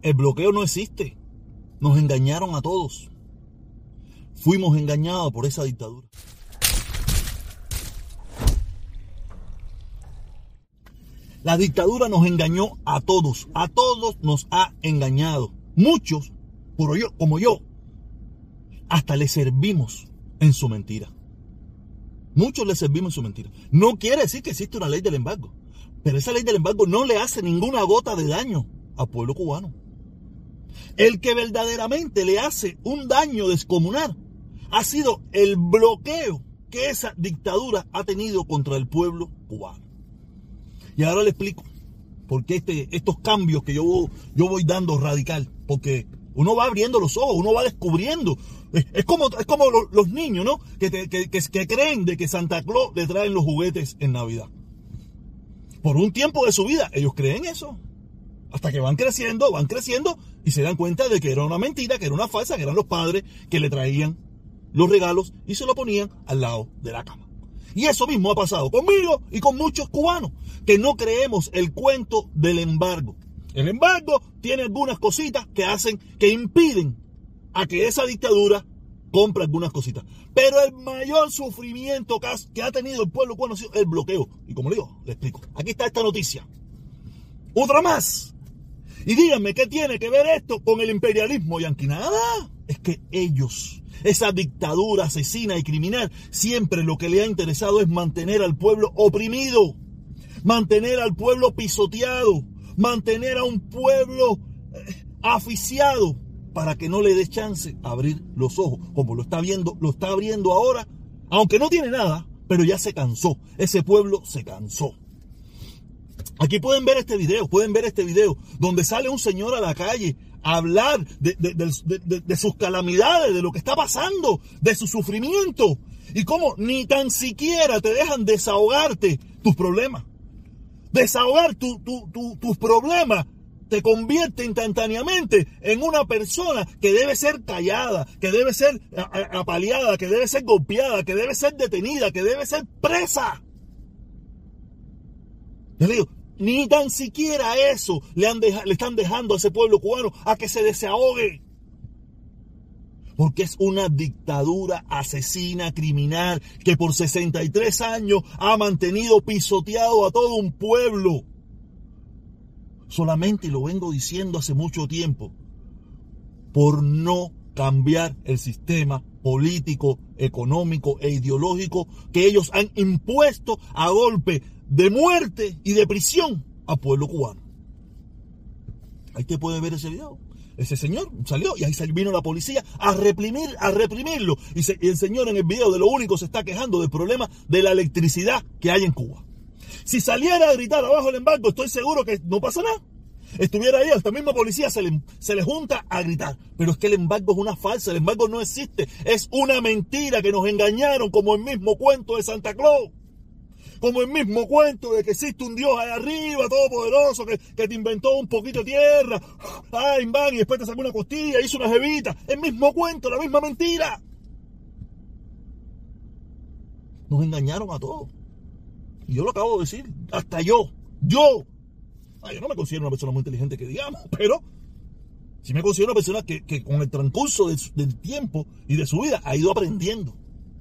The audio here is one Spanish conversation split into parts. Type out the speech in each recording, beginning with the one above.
El bloqueo no existe. Nos engañaron a todos. Fuimos engañados por esa dictadura. La dictadura nos engañó a todos nos ha engañado. Muchos, como yo, hasta le servimos en su mentira. Muchos le servimos en su mentira. No quiere decir que existe una ley del embargo, pero esa ley del embargo no le hace ninguna gota de daño al pueblo cubano. El que verdaderamente le hace un daño descomunal ha sido el bloqueo que esa dictadura ha tenido contra el pueblo cubano. Y ahora le explico por qué estos cambios que yo voy dando radical. Porque uno va abriendo los ojos, uno va descubriendo. Es como los niños, ¿no? Que creen de que Santa Claus le traen los juguetes en Navidad. Por un tiempo de su vida, ellos creen eso. Hasta que van creciendo y se dan cuenta de que era una mentira, que era una falsa, que eran los padres que le traían los regalos y se lo ponían al lado de la cama. Y eso mismo ha pasado conmigo y con muchos cubanos que no creemos el cuento del embargo. El embargo tiene algunas cositas que impiden a que esa dictadura compre algunas cositas. Pero el mayor sufrimiento que ha tenido el pueblo cubano ha sido el bloqueo. Y como le digo, le explico. Aquí está esta noticia. Otra más. Y díganme, ¿qué tiene que ver esto con el imperialismo yanqui? Nada. Es que ellos, esa dictadura asesina y criminal, siempre lo que le ha interesado es mantener al pueblo oprimido, mantener al pueblo pisoteado, mantener a un pueblo asfixiado para que no le dé chance a abrir los ojos, como lo está abriendo ahora, aunque no tiene nada, pero ya se cansó, ese pueblo se cansó. Aquí pueden ver este video donde sale un señor a la calle a hablar de sus calamidades, de lo que está pasando, de su sufrimiento, y cómo ni tan siquiera te dejan desahogarte tus problemas. Desahogar tus problemas te convierte instantáneamente en una persona que debe ser callada, que debe ser apaleada, que debe ser golpeada, que debe ser detenida, que debe ser presa. Les digo, ni tan siquiera eso le están dejando a ese pueblo cubano a que se desahogue. Porque es una dictadura asesina, criminal, que por 63 años ha mantenido pisoteado a todo un pueblo. Solamente, y lo vengo diciendo hace mucho tiempo, por no cambiar el sistema político, económico e ideológico que ellos han impuesto a golpe de muerte y de prisión al pueblo cubano. Ahí te puede ver ese video. Ese señor salió y ahí vino la policía a reprimirlo. Y el señor en el video de lo único se está quejando del problema de la electricidad que hay en Cuba. Si saliera a gritar abajo el embargo, estoy seguro que no pasa nada. Estuviera ahí, hasta misma policía se le junta a gritar. Pero es que el embargo es una falsa, el embargo no existe. Es una mentira que nos engañaron, como el mismo cuento de Santa Claus. Como el mismo cuento de que existe un Dios allá arriba, todopoderoso, que te inventó un poquito de tierra, y después te sacó una costilla, hizo una jevita. El mismo cuento, la misma mentira. Nos engañaron a todos. Y yo lo acabo de decir, hasta yo no me considero una persona muy inteligente que digamos, pero sí me considero una persona que con el transcurso del tiempo y de su vida ha ido aprendiendo.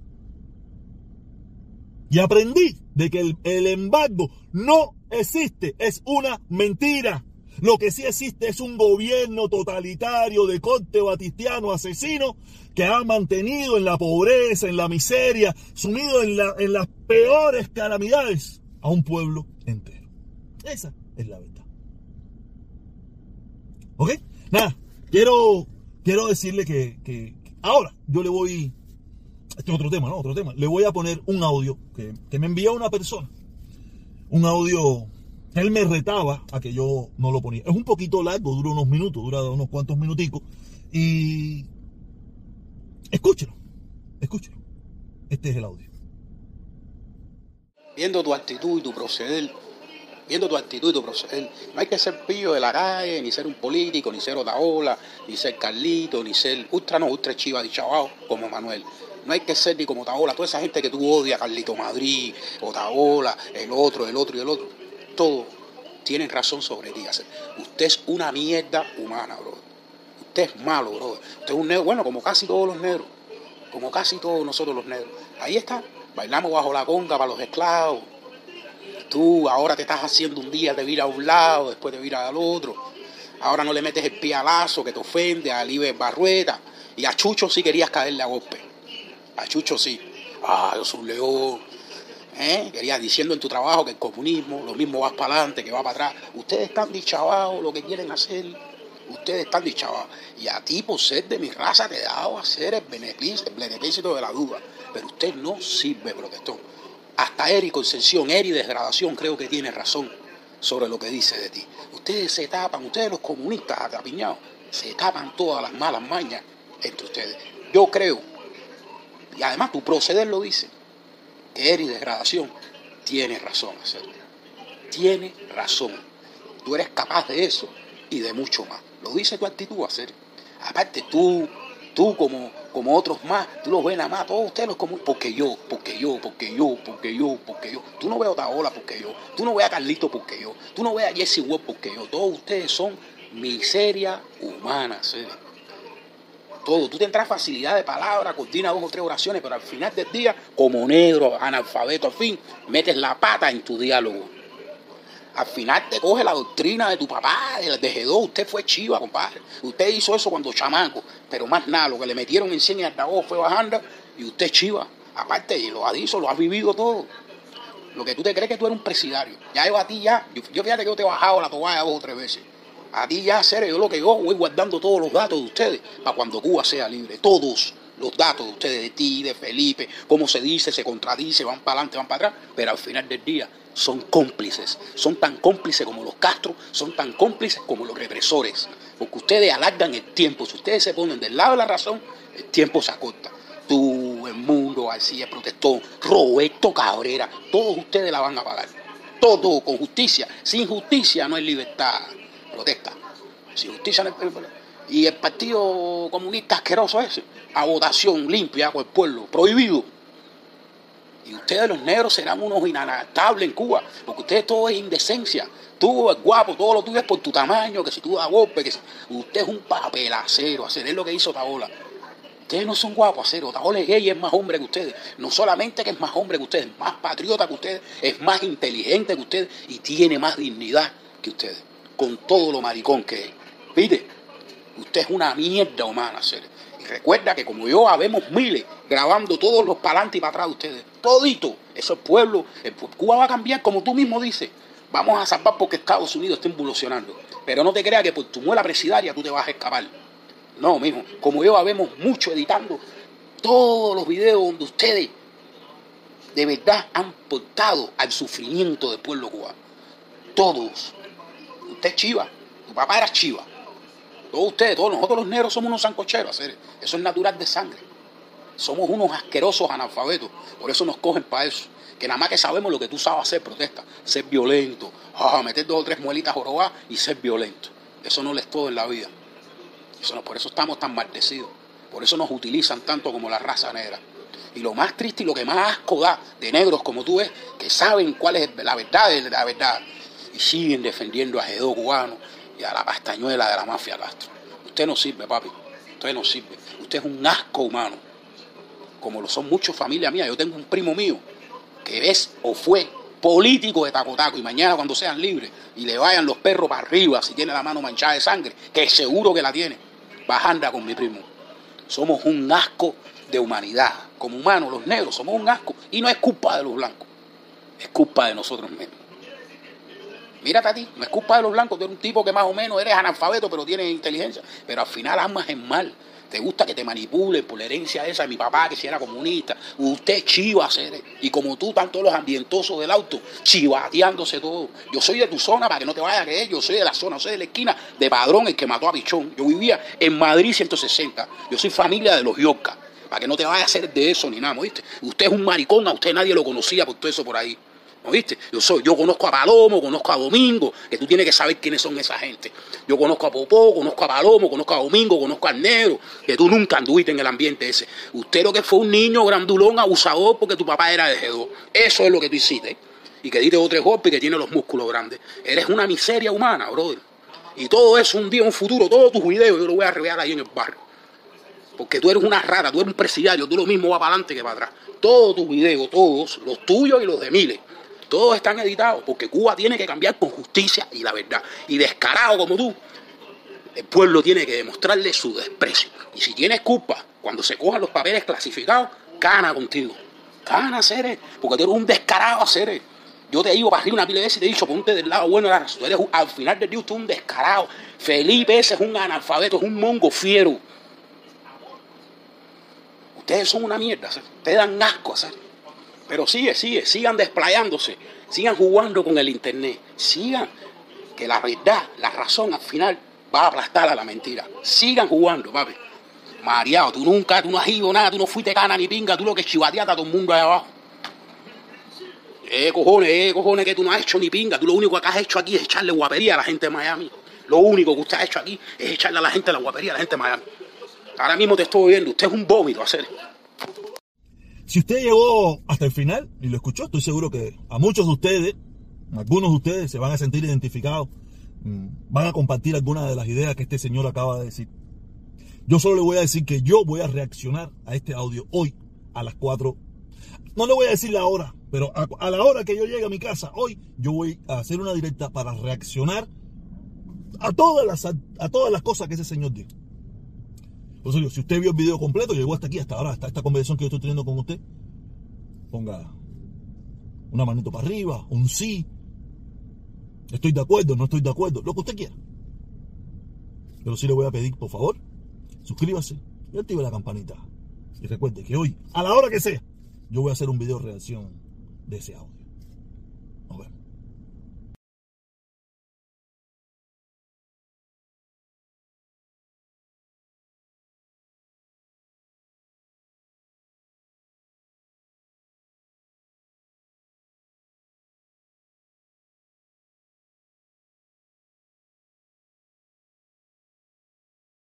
Y aprendí de que el embargo no existe, es una mentira. Lo que sí existe es un gobierno totalitario de corte batistiano asesino que ha mantenido en la pobreza, en la miseria, sumido en las peores calamidades a un pueblo entero. Esa es la verdad. ¿Ok? Nada, quiero decirle que ahora yo le voy... Este es otro tema, ¿no? Otro tema. Le voy a poner un audio que me envió una persona. Un audio que él me retaba a que yo no lo ponía. Es un poquito largo, dura unos minutos, dura unos cuantos minuticos. Y escúchelo. Este es el audio. Viendo tu actitud y tu proceder, no hay que ser pillo de la calle, ni ser un político, ni ser Otaola, ni ser Carlito, ni ser ultra chiva de chavao como Manuel. No hay que ser ni como Otaola, toda esa gente que tú odias, Carlito Madrid, Otaola, el otro. Todos tienen razón sobre ti. Usted es una mierda humana, bro. Usted es malo, bro. Usted es un negro, bueno, como casi todos los negros. Como casi todos nosotros los negros. Ahí está. Bailamos bajo la conga para los esclavos. Tú ahora te estás haciendo un día, te viras a un lado, después te viras al otro. Ahora no le metes el pie a Lazo, que te ofende, a Libre Barrueta. Y a Chucho sí querías caerle a golpe. A Chucho sí. Yo soy un león. Querías diciendo en tu trabajo que el comunismo, lo mismo vas para adelante, que va para atrás. Ustedes están dichavados lo que quieren hacer. Ustedes están dichavados. Y a ti, por ser de mi raza, te he dado a hacer el beneficio de la duda. Pero usted no sirve, protestón. Hasta Eri Concepción, Eri Degradación, creo que tiene razón sobre lo que dice de ti. Ustedes se tapan, ustedes los comunistas atapiñados, se tapan todas las malas mañas entre ustedes. Yo creo, y además tu proceder lo dice, que Eri Degradación tiene razón, hacerlo. Tiene razón. Tú eres capaz de eso y de mucho más. Lo dice tu actitud, hacer. Aparte tú como otros más, tú los ves nada más, todos ustedes los comunes, porque yo. Tú no ves a Otaola porque yo. Tú no ves a Carlito porque yo. Tú no ves a Jesse Webb porque yo. Todos ustedes son miseria humana, ¿sí? Todo. Tú tendrás facilidad de palabra, coordinas 2 o 3 oraciones, pero al final del día, como negro, analfabeto, al fin, metes la pata en tu diálogo. Al final te coge la doctrina de tu papá, de G2. Usted fue chiva, compadre. Usted hizo eso cuando chamaco, pero más nada, lo que le metieron en cien y altavoz fue bajanda y usted chiva. Aparte, y lo ha dicho, lo has vivido todo. Lo que tú te crees que tú eres un presidario. Ya yo a ti ya, yo fíjate que yo te he bajado la toalla 2 o 3 veces. A ti ya, serio, yo lo que yo voy guardando todos los datos de ustedes para cuando Cuba sea libre. Todos los datos de ustedes, de ti, de Felipe, cómo se dice, se contradice, van para adelante, van para atrás, pero al final del día son cómplices, son tan cómplices como los Castro, son tan cómplices como los represores, porque ustedes alargan el tiempo, si ustedes se ponen del lado de la razón, el tiempo se acorta. Tú, el Mundo, García, Protestón, Roberto Cabrera, todos ustedes la van a pagar, todo con justicia. Sin justicia no hay libertad. Protesta, sin justicia no hay libertad. Y el Partido Comunista asqueroso ese, a votación limpia con el pueblo, prohibido. Y ustedes los negros serán unos inadaptables en Cuba, porque ustedes todo es indecencia. Tú es guapo, todo lo tuyo es por tu tamaño, que si tú das golpe, que si... Usted es un papelacero, hacer es lo que hizo Otaola. Ustedes no son guapos, hacer. Otaola es gay y es más hombre que ustedes. No solamente que es más hombre que ustedes, es más patriota que ustedes, es más inteligente que ustedes y tiene más dignidad que ustedes, con todo lo maricón que es. ¿Viste? Usted es una mierda humana, hacer. Y recuerda que como yo, habemos miles grabando todos los para adelante y para atrás de ustedes. Todito. Eso es pueblo. Cuba va a cambiar como tú mismo dices. Vamos a salvar porque Estados Unidos está involucionando. Pero no te creas que por tu muela presidaria tú te vas a escapar. No, mijo. Como yo, habemos mucho editando todos los videos donde ustedes de verdad han portado al sufrimiento del pueblo cubano. Todos. Usted es chiva. Tu papá era chiva. Todos ustedes, todos nosotros los negros somos unos sancocheros, hacer. Eso es natural de sangre. Somos unos asquerosos analfabetos. Por eso nos cogen para eso. Que nada más que sabemos lo que tú sabes hacer, protesta. Ser violento. Meter 2 o 3 muelitas jorobadas y ser violento. Eso no les todo en la vida. Por eso estamos tan maldecidos. Por eso nos utilizan tanto como la raza negra. Y lo más triste y lo que más asco da de negros como tú es que saben cuál es la verdad de la verdad. Y siguen defendiendo a G2 cubano y a la pastañuela de la mafia Castro. Usted no sirve, papi. Usted no sirve. Usted es un asco humano. Como lo son muchas familias mías. Yo tengo un primo mío que es o fue político de Tacotaco. Y mañana cuando sean libres y le vayan los perros para arriba, si tiene la mano manchada de sangre, que seguro que la tiene, bajanda con mi primo. Somos un asco de humanidad. Como humanos, los negros somos un asco. Y no es culpa de los blancos. Es culpa de nosotros mismos. Mírate a ti, no es culpa de los blancos, tú eres un tipo que más o menos eres analfabeto, pero tienes inteligencia, pero al final amas el mal. Te gusta que te manipulen por la herencia esa de mi papá, que si era comunista. Usted chiva, hacer. Y como tú, tanto los ambientosos del auto, chivateándose todo. Yo soy de tu zona, para que no te vayas a creer, yo soy de la zona, soy de la esquina de Padrón, el que mató a Pichón. Yo vivía en Madrid 160, yo soy familia de los Yorca, para que no te vayas a hacer de eso ni nada, ¿oíste? Usted es un maricón, a usted nadie lo conocía por todo eso por ahí. ¿Oíste? Yo conozco a Palomo, conozco a Domingo, que tú tienes que saber quiénes son esa gente. Yo conozco a Popó, conozco a Palomo, conozco a Domingo, conozco al Negro, que tú nunca anduviste en el ambiente ese. Usted lo que fue un niño grandulón, abusador, porque tu papá era de G2. Eso es lo que tú hiciste. y que diste 2 o 3 golpes y que tiene los músculos grandes. Eres una miseria humana, brother. Y todo eso un día, un futuro, todos tus videos yo los voy a revelar ahí en el barrio. Porque tú eres una rata, tú eres un presidiario, tú lo mismo vas para adelante que para atrás. Todos tus videos, todos, los tuyos y los de miles, todos están editados, porque Cuba tiene que cambiar con justicia y la verdad. Y descarado como tú, el pueblo tiene que demostrarle su desprecio. Y si tienes culpa, cuando se cojan los papeles clasificados, cana contigo. Cana, Ceres, porque tú eres un descarado, Ceres. Yo te digo para arriba una pila de veces y te he dicho, ponte del lado bueno de la razón. Tú eres, al final del día, usted es un descarado. Felipe ese es un analfabeto, es un mongo fiero. Ustedes son una mierda, ¿sí? Ustedes dan asco, ¿sí? Pero sigan desplayándose, sigan jugando con el internet, sigan, que la verdad, la razón al final va a aplastar a la mentira. Sigan jugando, papi. Mareado, tú no has ido nada, tú no fuiste cana ni pinga, tú lo que chivateaste a todo el mundo allá abajo. Cojones, que tú no has hecho ni pinga, tú lo único que has hecho aquí es echarle guapería a la gente de Miami. Lo único que usted ha hecho aquí es echarle a la gente la guapería a la gente de Miami. Ahora mismo te estoy viendo, usted es un vómito, hacer. Si usted llegó hasta el final y lo escuchó, estoy seguro que a muchos de ustedes, algunos de ustedes se van a sentir identificados, van a compartir algunas de las ideas que este señor acaba de decir. Yo solo le voy a decir que yo voy a reaccionar a este audio hoy a las 4. No le voy a decir la hora, pero a la hora que yo llegue a mi casa hoy, yo voy a hacer una directa para reaccionar a todas las cosas que ese señor dijo. Entonces, si usted vio el video completo, llegó hasta aquí, hasta ahora, hasta esta conversación que yo estoy teniendo con usted, ponga una manito para arriba, un sí, estoy de acuerdo, no estoy de acuerdo, lo que usted quiera. Pero sí le voy a pedir, por favor, suscríbase y active la campanita. Y recuerde que hoy, a la hora que sea, yo voy a hacer un video de reacción de ese audio.